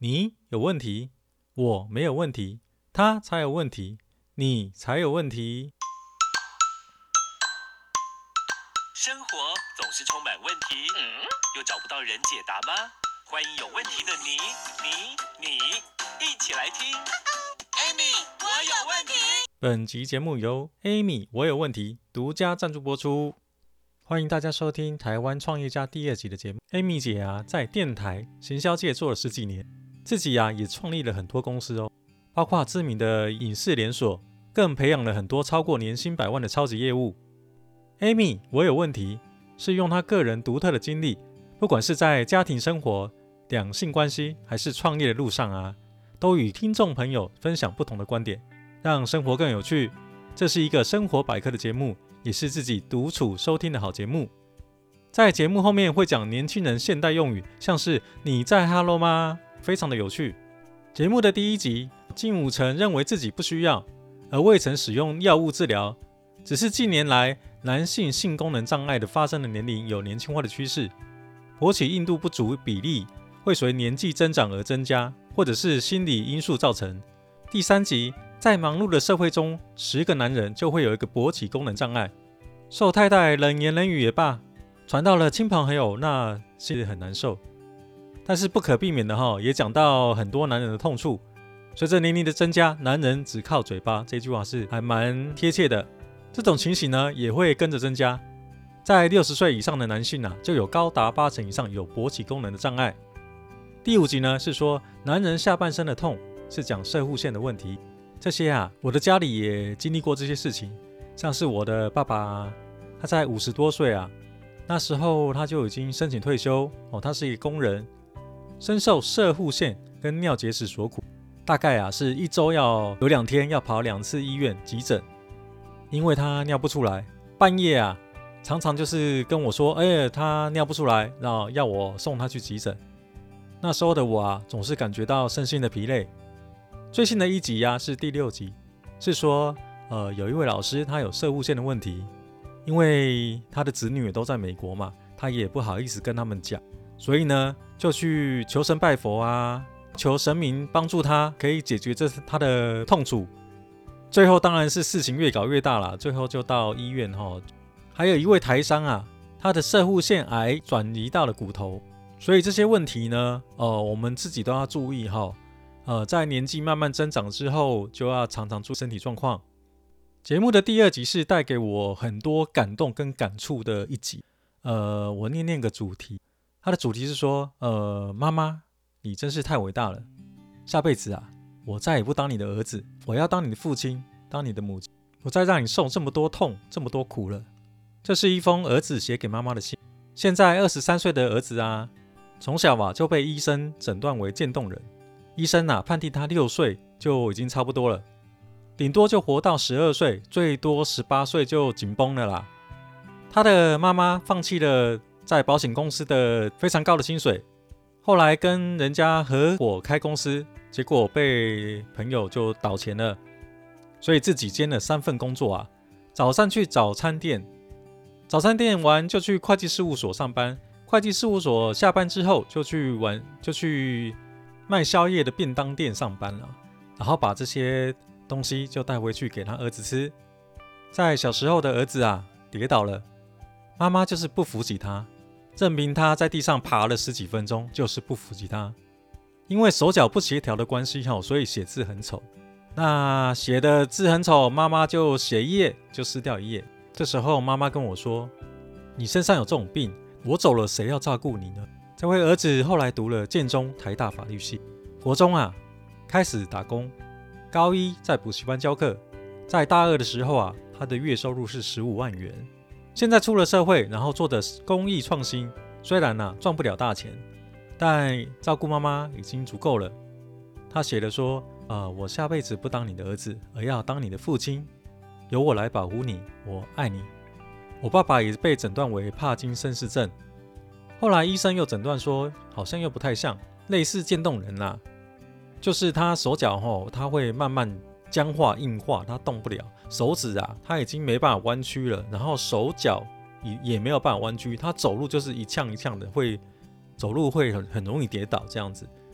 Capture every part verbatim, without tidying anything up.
你有问题，我没有问题，他才有问题，你才有问题。 生活总是充满问题，嗯，又找不到人解答吗？欢迎有问题的你、你、你一起来听。Amy， 我有问题。 本集节目由 Amy 我有问题独家赞助播出。欢迎大家收听台湾创业家第二集的节目。Amy 姐啊，在电台行销界做了十几年，自己啊也创立了很多公司哦，包括知名的影视连锁，更培养了很多超过年薪百万的超级业务。Amy 我有问题是用她个人独特的经历，不管是在家庭生活、两性关系，还是创业的路上啊，都与听众朋友分享不同的观点，让生活更有趣。这是一个生活百科的节目，也是自己独处收听的好节目。在节目后面会讲年轻人现代用语，像是你在 Hello 吗？非常的有趣。节目的第一集，近五成认为自己不需要，而未曾使用药物治疗，只是近年来男性性功能障碍的发生的年龄有年轻化的趋势，勃起硬度不足比例会随年纪增长而增加，或者是心理因素造成。第三集，在忙碌的社会中，十个男人就会有一个勃起功能障碍，受太太冷言冷语也罢，传到了亲朋好友，那是很难受。但是不可避免的哈，也讲到很多男人的痛处。随着年龄的增加，男人只靠嘴巴，这句话是还蛮贴切的。这种情形呢，也会跟着增加。在六十岁以上的男性啊，就有高达八成以上有勃起功能的障碍。第五集呢，是说男人下半身的痛，是讲射护腺的问题。这些啊，我的家里也经历过这些事情，像是我的爸爸啊，他在五十多岁啊，那时候他就已经申请退休哦，他是一个工人，深受射护腺跟尿结石所苦，大概啊是一周要有两天要跑两次医院急诊，因为他尿不出来，半夜啊常常就是跟我说，哎，他尿不出来，然后要我送他去急诊。那时候的我啊，总是感觉到身心的疲累。最新的一集啊，是第六集，是说，呃，有一位老师他有射护腺的问题，因为他的子女也都在美国嘛，他也不好意思跟他们讲，所以呢，就去求神拜佛啊，求神明帮助他可以解决这他的痛楚。最后当然是事情越搞越大了，最后就到医院哈。还有一位台商啊，他的射护腺癌转移到了骨头，所以这些问题呢，呃，我们自己都要注意哈。呃，在年纪慢慢增长之后，就要常常注意身体状况。节目的第二集是带给我很多感动跟感触的一集。呃，我念念个主题，它的主题是说，呃，妈妈，你真是太伟大了。下辈子啊，我再也不当你的儿子，我要当你的父亲，当你的母亲，不再让你受这么多痛，这么多苦了。这是一封儿子写给妈妈的信。现在二十三岁的儿子啊，从小啊就被医生诊断为渐冻人。医生啊判定他六岁就已经差不多了，顶多就活到十二岁，最多十八岁就紧绷了啦。他的妈妈放弃了在保险公司的非常高的薪水，后来跟人家合伙开公司，结果被朋友就倒钱了，所以自己兼了三份工作啊。早上去早餐店，早餐店完就去会计事务所上班，会计事务所下班之后就去玩，就去卖宵夜的便当店上班了，然后把这些东西就带回去给他儿子吃。在小时候的儿子啊跌倒了，妈妈就是不扶起他，任凭他在地上爬了十几分钟，就是不扶起他。因为手脚不协调的关系，所以写字很丑。那写的字很丑，妈妈就写一页就撕掉一页。这时候妈妈跟我说，你身上有这种病，我走了谁要照顾你呢？这位儿子后来读了建中台大法律系，国中啊开始打工，高一在补习班教课，在大二的时候啊，他的月收入是十五万元。现在出了社会，然后做的公益创新，虽然啊赚不了大钱，但照顾妈妈已经足够了。他写了说，呃，我下辈子不当你的儿子，而要当你的父亲，由我来保护你，我爱你。我爸爸也被诊断为帕金森氏症。后来医生又诊断说，好像又不太像，类似渐冻人啦、啊，就是他手脚吼，他会慢慢僵化硬化，他动不了，手指啊，他已经没办法弯曲了，然后手脚 也, 也没有办法弯曲，他走路就是一呛一呛的，会走路会 很, 很容易跌倒这样子。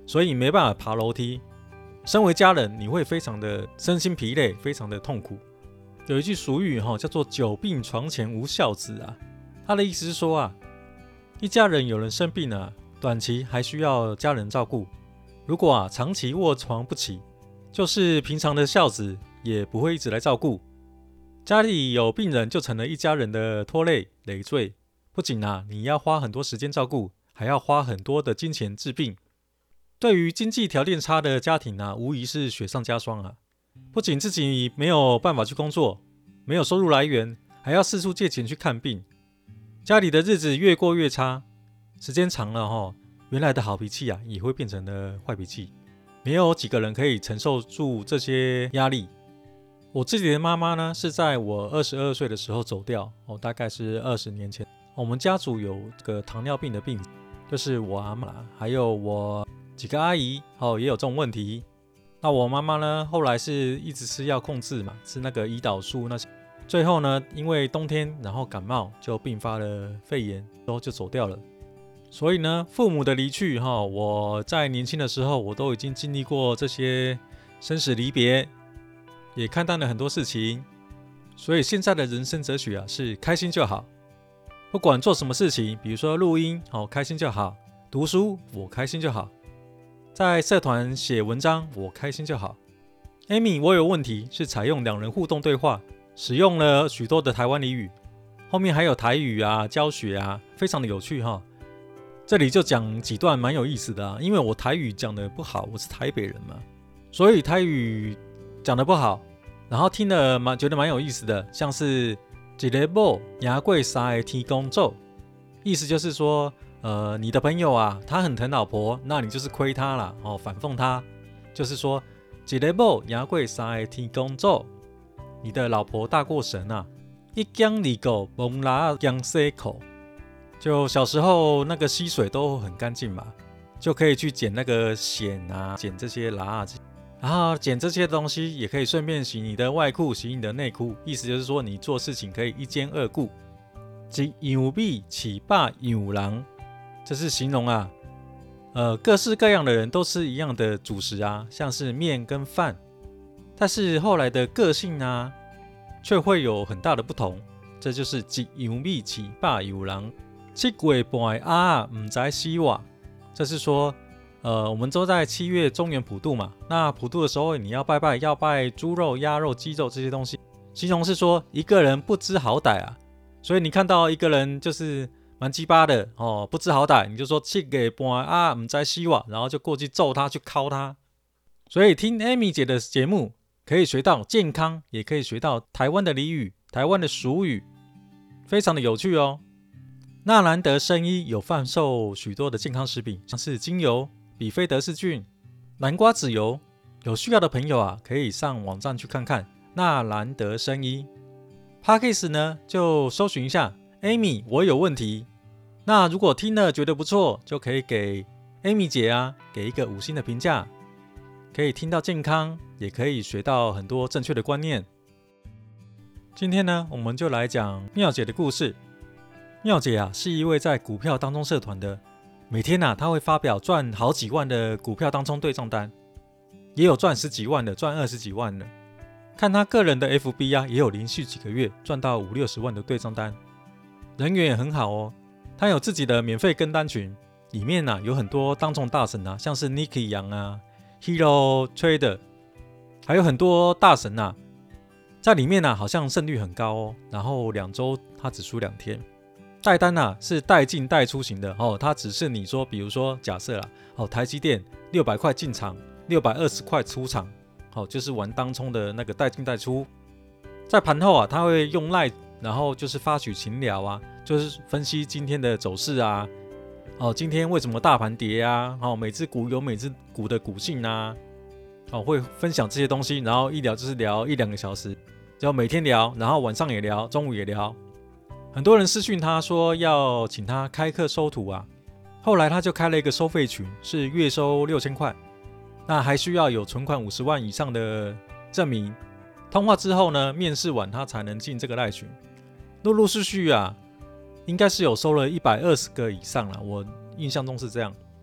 所以没办法爬楼梯。身为家人，你会非常的身心疲累，非常的痛苦。有一句俗语叫做久病床前无孝子啊，他的意思是说啊，一家人有人生病了、啊，短期还需要家人照顾，如果啊长期卧床不起，就是平常的孝子也不会一直来照顾。家里有病人就成了一家人的拖累累赘，不仅啊你要花很多时间照顾，还要花很多的金钱治病。对于经济条件差的家庭啊，无疑是雪上加霜啊！不仅自己没有办法去工作，没有收入来源，还要四处借钱去看病，家里的日子越过越差。时间长了齁，原来的好脾气啊，也会变成了坏脾气。没有几个人可以承受住这些压力。我自己的妈妈呢，是在我二十二岁的时候走掉，哦，大概是二十年前。我们家族有个糖尿病的病，就是我阿嬷，还有我几个阿姨哦，也有这种问题。那我妈妈呢，后来是一直吃药控制嘛，吃那个胰岛素那些。最后呢，因为冬天然后感冒，就并发了肺炎，然后就走掉了。所以呢，父母的离去哈，我在年轻的时候，我都已经经历过这些生死离别，也看淡了很多事情。所以现在的人生哲学啊，是开心就好。不管做什么事情，比如说录音，好开心就好；读书，我开心就好；在社团写文章，我开心就好。Amy， 我有问题是采用两人互动对话，使用了许多的台湾俚语，后面还有台语啊、教学啊，非常的有趣哈。这里就讲几段蛮有意思的啊，因为我台语讲得不好，我是台北人嘛，所以台语讲得不好，然后听了蛮觉得蛮有意思的，像是一个某赢过三个天公祖，意思就是说，呃，你的朋友啊，他很疼老婆，那你就是亏他啦，哦，反讽他，就是说一个某赢过三个天公祖，你的老婆大过神啊，一江二狗蒙拉江西口。就小时候那个溪水都很干净嘛，就可以去捡那个蚬啊，捡这些蛤啊，然后捡这些东西也可以顺便洗你的外裤，洗你的内裤，意思就是说你做事情可以一兼二顾。一样米起霸样人，这是形容啊，呃，各式各样的人都吃一样的主食啊，像是面跟饭，但是后来的个性啊，却会有很大的不同，这就是一样米起霸样人。七月半的鸭唔知死活，这是说，呃，我们都在七月中元普渡嘛。那普渡的时候，你要拜拜，要拜猪肉、鸭肉、鸡肉这些东西，形容是说一个人不知好歹啊。所以你看到一个人就是蛮鸡巴的哦，不知好歹，你就说七月半的鸭唔知死活，然后就过去揍他，去敲他。所以听 Amy 姐的节目，可以学到健康，也可以学到台湾的俚语、台湾的俗语，非常的有趣哦。纳兰德生医有贩售许多的健康食品，像是精油、比菲德氏菌、南瓜籽油。有需要的朋友啊，可以上网站去看看纳兰德生医。Podcast 呢，就搜寻一下 Amy， 我有问题。那如果听了觉得不错，就可以给 Amy 姐啊，给一个五星的评价。可以听到健康，也可以学到很多正确的观念。今天呢，我们就来讲妙姐的故事。妙姐啊，是一位在股票当中社团的，每天啊，她会发表赚好几万的股票当中对账单，也有赚十几万的，赚二十几万的。看她个人的 F B 啊，也有连续几个月赚到五六十万的对账单，人缘也很好哦。她有自己的免费跟单群，里面啊有很多当众大神啊，像是 Nicky 杨啊、Hero Trader， 还有很多大神啊，在里面啊好像胜率很高哦。然后两周她只输两天。带单啊是带进带出型的哦，它只是你说，比如说假设啦，哦，台积电六百块进场，六百二十块出场，哦，就是玩当冲的那个带进带出。在盘后啊，他会用 LINE， 然后就是发取情聊啊，就是分析今天的走势啊，哦，今天为什么大盘跌啊，哦，每只股有每只股的股性啊，哦，会分享这些东西，然后一聊就是聊一两个小时，就每天聊，然后晚上也聊，中午也聊。很多人私讯他说要请他开课收徒啊，后来他就开了一个收费群，是月收六千块，那还需要有存款五十万以上的证明。通话之后呢，面试完他才能进这个赖群。陆陆续续啊，应该是有收了一百二十个以上啦，我印象中是这样。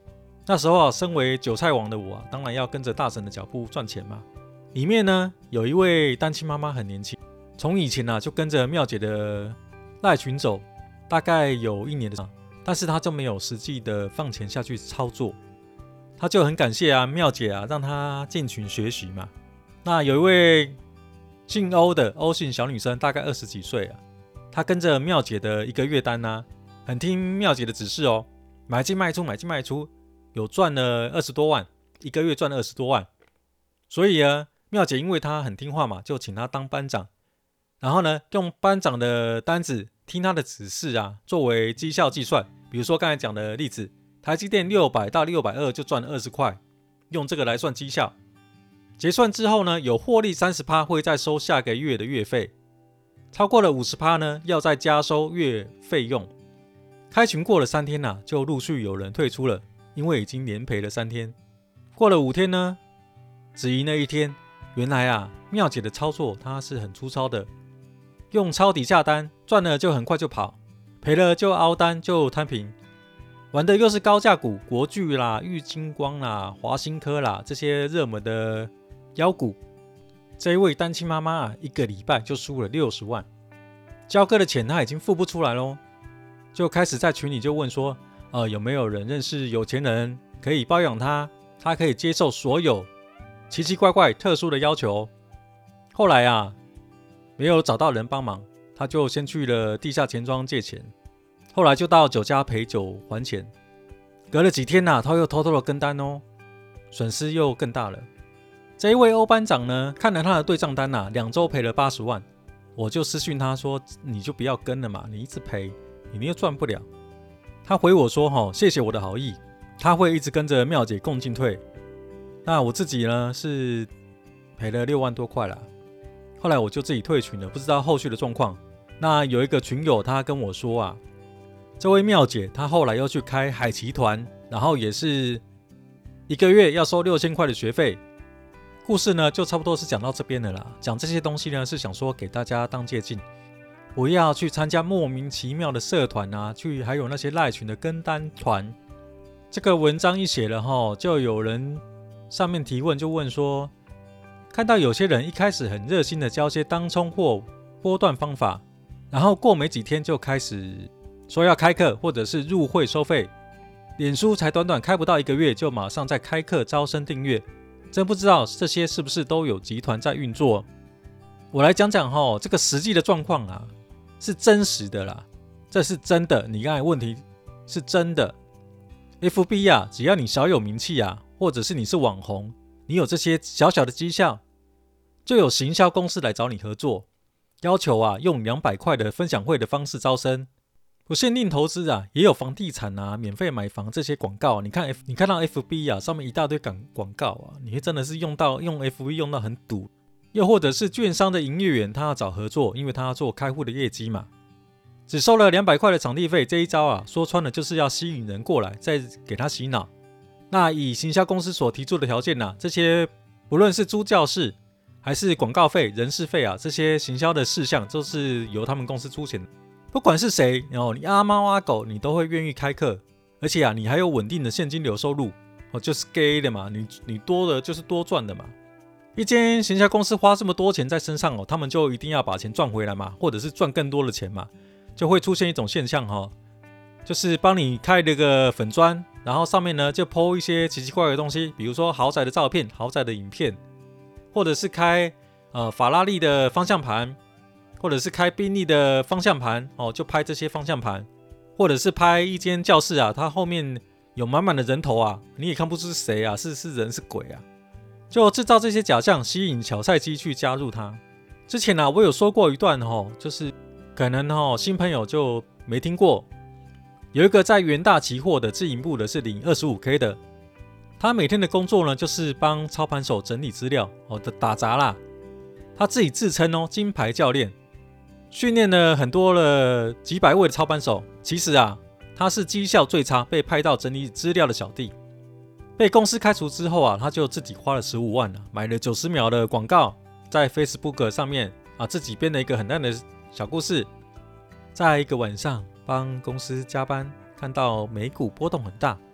那时候啊，身为韭菜王的我啊，当然要跟着大神的脚步赚钱嘛。里面呢有一位单亲妈妈很年轻，从以前啊就跟着妙姐的赖群走，大概有一年的，但是她就没有实际的放钱下去操作。她就很感谢啊妙姐啊，让她进群学习嘛。那有一位姓欧的欧姓小女生，大概二十几岁啊，她跟着妙姐的一个月单啊，很听妙姐的指示哦，买进卖出买进卖出，有赚了二十多万，一个月赚了二十多万。所以呢，妙姐因为她很听话嘛，就请她当班长，然后呢，用班长的单子听她的指示啊，作为绩效计算。比如说刚才讲的例子，台积电六百到六百二十就赚了二十块，用这个来算绩效。结算之后呢，有获利 百分之三十 会再收下个月的月费，超过了 百分之五十 呢，要再加收月费用。开群过了三天啊，就陆续有人退出了，因为已经连赔了三天。过了五天呢，只赢了一天。原来啊，妙姐的操作她是很粗糙的，用抄底下单，赚了就很快就跑，赔了就凹单就摊平。玩的又是高价股，国巨啦、玉晶光啦、华新科啦这些热门的妖股。这一位单亲妈妈啊，一个礼拜就输了六十万，交割的钱她已经付不出来咯，就开始在群里就问说，呃，有没有人认识有钱人可以包养她，她可以接受所有奇奇怪怪特殊的要求。后来啊，没有找到人帮忙，他就先去了地下钱庄借钱，后来就到酒家陪酒还钱。隔了几天啊，他又偷偷的跟单哦，损失又更大了。这一位欧班长呢，看了他的对账单啊，两周赔了八十万，我就私讯他说，你就不要跟了嘛，你一直赔，你又赚不了。他回我说，哦，谢谢我的好意，他会一直跟着妙姐共进退。那我自己呢是赔了六万多块啦，后来我就自己退群了，不知道后续的状况。那有一个群友他跟我说啊，这位妙姐她后来又去开海奇团，然后也是一个月要收六千块的学费。故事呢就差不多是讲到这边了啦。讲这些东西呢是想说给大家当借鉴，不要去参加莫名其妙的社团啊，去还有那些赖群的跟单团。这个文章一写了齁，就有人上面提问，就问说，看到有些人一开始很热心的教些当冲或波段方法，然后过没几天就开始说要开课或者是入会收费，脸书才短短开不到一个月就马上在开课招生订阅，真不知道这些是不是都有集团在运作。我来讲讲齁，这个实际的状况啊，是真实的啦，这是真的，你刚才问题是真的。F B 啊，只要你小有名气啊，或者是你是网红，你有这些小小的绩效，就有行销公司来找你合作，要求啊用两百块的分享会的方式招生，不限定投资啊，也有房地产啊、免费买房这些广告。你看 F, 你看到 F B 啊，上面一大堆广告啊，你会真的是用到用 F B 用到很堵。又或者是券商的营业员，他要找合作，因为他要做开户的业绩嘛。只收了两百块的场地费，这一招啊，说穿了就是要吸引人过来，再给他洗脑。那以行销公司所提出的条件啊，这些不论是租教室还是广告费、人事费啊，这些行销的事项都是由他们公司出钱的。不管是谁，哦，你阿猫阿狗，你都会愿意开课，而且啊，你还有稳定的现金流收入，哦，就是 gay 的嘛，你你多的就是多赚的嘛。一间行销公司花这么多钱在身上哦，他们就一定要把钱赚回来嘛，或者是赚更多的钱嘛，就会出现一种现象哈、哦，就是帮你开了个粉专，然后上面呢就 po 一些奇奇怪怪的东西，比如说豪宅的照片、豪宅的影片，或者是开呃法拉利的方向盘，或者是开宾利的方向盘哦，就拍这些方向盘，或者是拍一间教室啊，它后面有满满的人头啊，你也看不出是谁啊，是是人是鬼啊。就制造这些假象，吸引小菜鸡去加入它。之前啊，我有说过一段哦，就是可能哦新朋友就没听过。有一个在元大期货的自营部的是领 二十五K 的，他每天的工作呢就是帮操盘手整理资料哦的打杂啦。他自己自称哦金牌教练，训练了很多了几百位的操盘手。其实啊，他是绩效最差，被派到整理资料的小弟。被公司开除之后啊，他就自己花了十五万、啊、买了九十秒的广告，在 Facebook 上面啊自己编了一个很烂的小故事。在一个晚上帮公司加班，看到美股波动很大，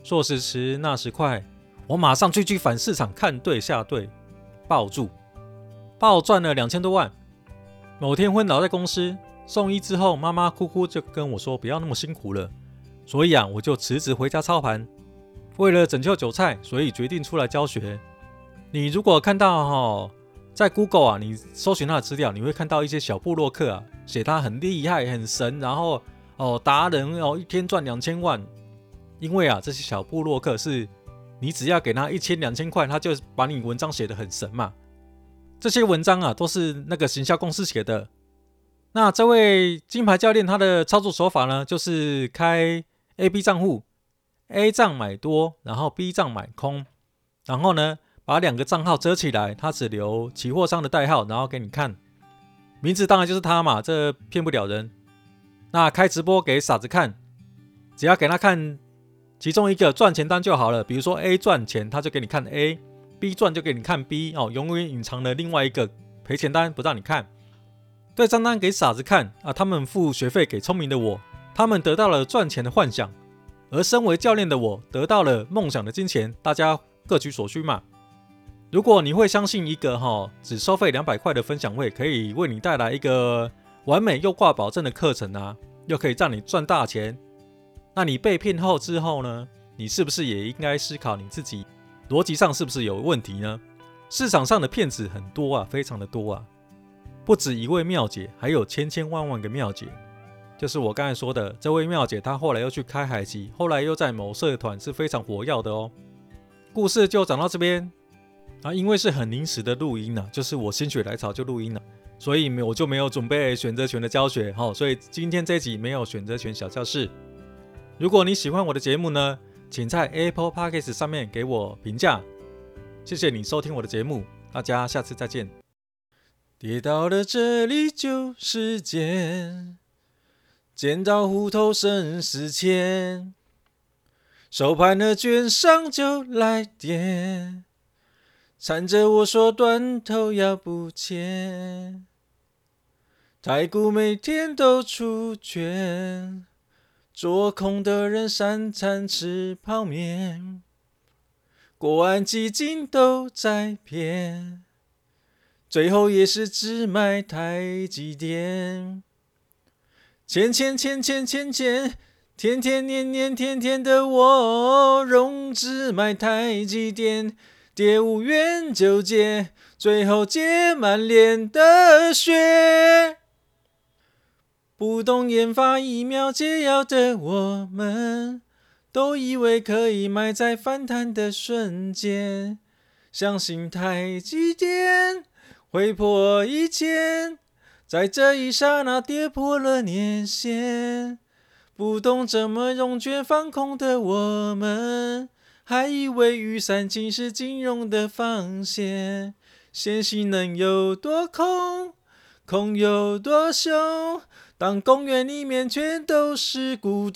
说时迟，那时快，我马上去去反市场看对下对，抱住，暴赚了两千多万。某天昏倒在公司，送医之后，妈妈哭哭就跟我说不要那么辛苦了，所以啊，我就辞职回家操盘。为了拯救韭菜，所以决定出来教学。你如果看到哦，在 Google 啊，你搜寻他的资料，你会看到一些小部落客啊，写他很厉害、很神，然后哦达人哦，一天赚两千万。因为啊，这些小部落客是你只要给他一千、两千块，他就把你文章写得很神嘛。这些文章啊，都是那个行销公司写的。那这位金牌教练他的操作手法呢，就是开 A B 账户 ，A 账买多，然后 B 账买空，然后呢，把两个账号遮起来，他只留期货商的代号，然后给你看，名字当然就是他嘛，这骗不了人。那开直播给傻子看，只要给他看其中一个赚钱单就好了，比如说 A 赚钱，他就给你看 A。B 赚就给你看 B 哦，永远隐藏了另外一个赔钱单不让你看。对账单给傻子看啊，他们付学费给聪明的我，他们得到了赚钱的幻想，而身为教练的我得到了梦想的金钱，大家各取所需嘛。如果你会相信一个、哦、只收费两百块的分享会可以为你带来一个完美又挂保证的课程啊，又可以让你赚大钱，那你被骗后之后呢，你是不是也应该思考你自己逻辑上是不是有问题呢？市场上的骗子很多啊，非常的多啊，不止一位妙姐，还有千千万万个妙姐。就是我刚才说的，这位妙姐她后来又去开海奇，后来又在某社团是非常活跃的哦。故事就讲到这边啊，因为是很临时的录音啊，就是我心血来潮就录音了，所以我就没有准备选择权的教学、哦、所以今天这一集没有选择权小教室。如果你喜欢我的节目呢，请在 Apple Podcast 上面给我评价，谢谢你收听我的节目，大家下次再见。跌到了这里就是捡，捡到虎头生死钱，收盘了券商就来电，缠着我说断头要不签，台股每天都出券，做空的人三餐吃泡面，国安基金都在骗，最后也是只买台积电。钱钱钱钱钱钱，天天年年天天的我，融资买台积电，跌五元就接，最后接满脸的血。不懂研发疫苗解药的我们，都以为可以买在反弹的瞬间，相信台积电会破一千，在这一刹那跌破了年线。不懂怎么融券放空的我们，还以为雨伞竟是金融的防线，线性能有多空，空有多凶，当公园里面全都是古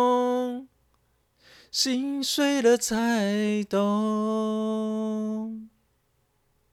董，心碎了才懂。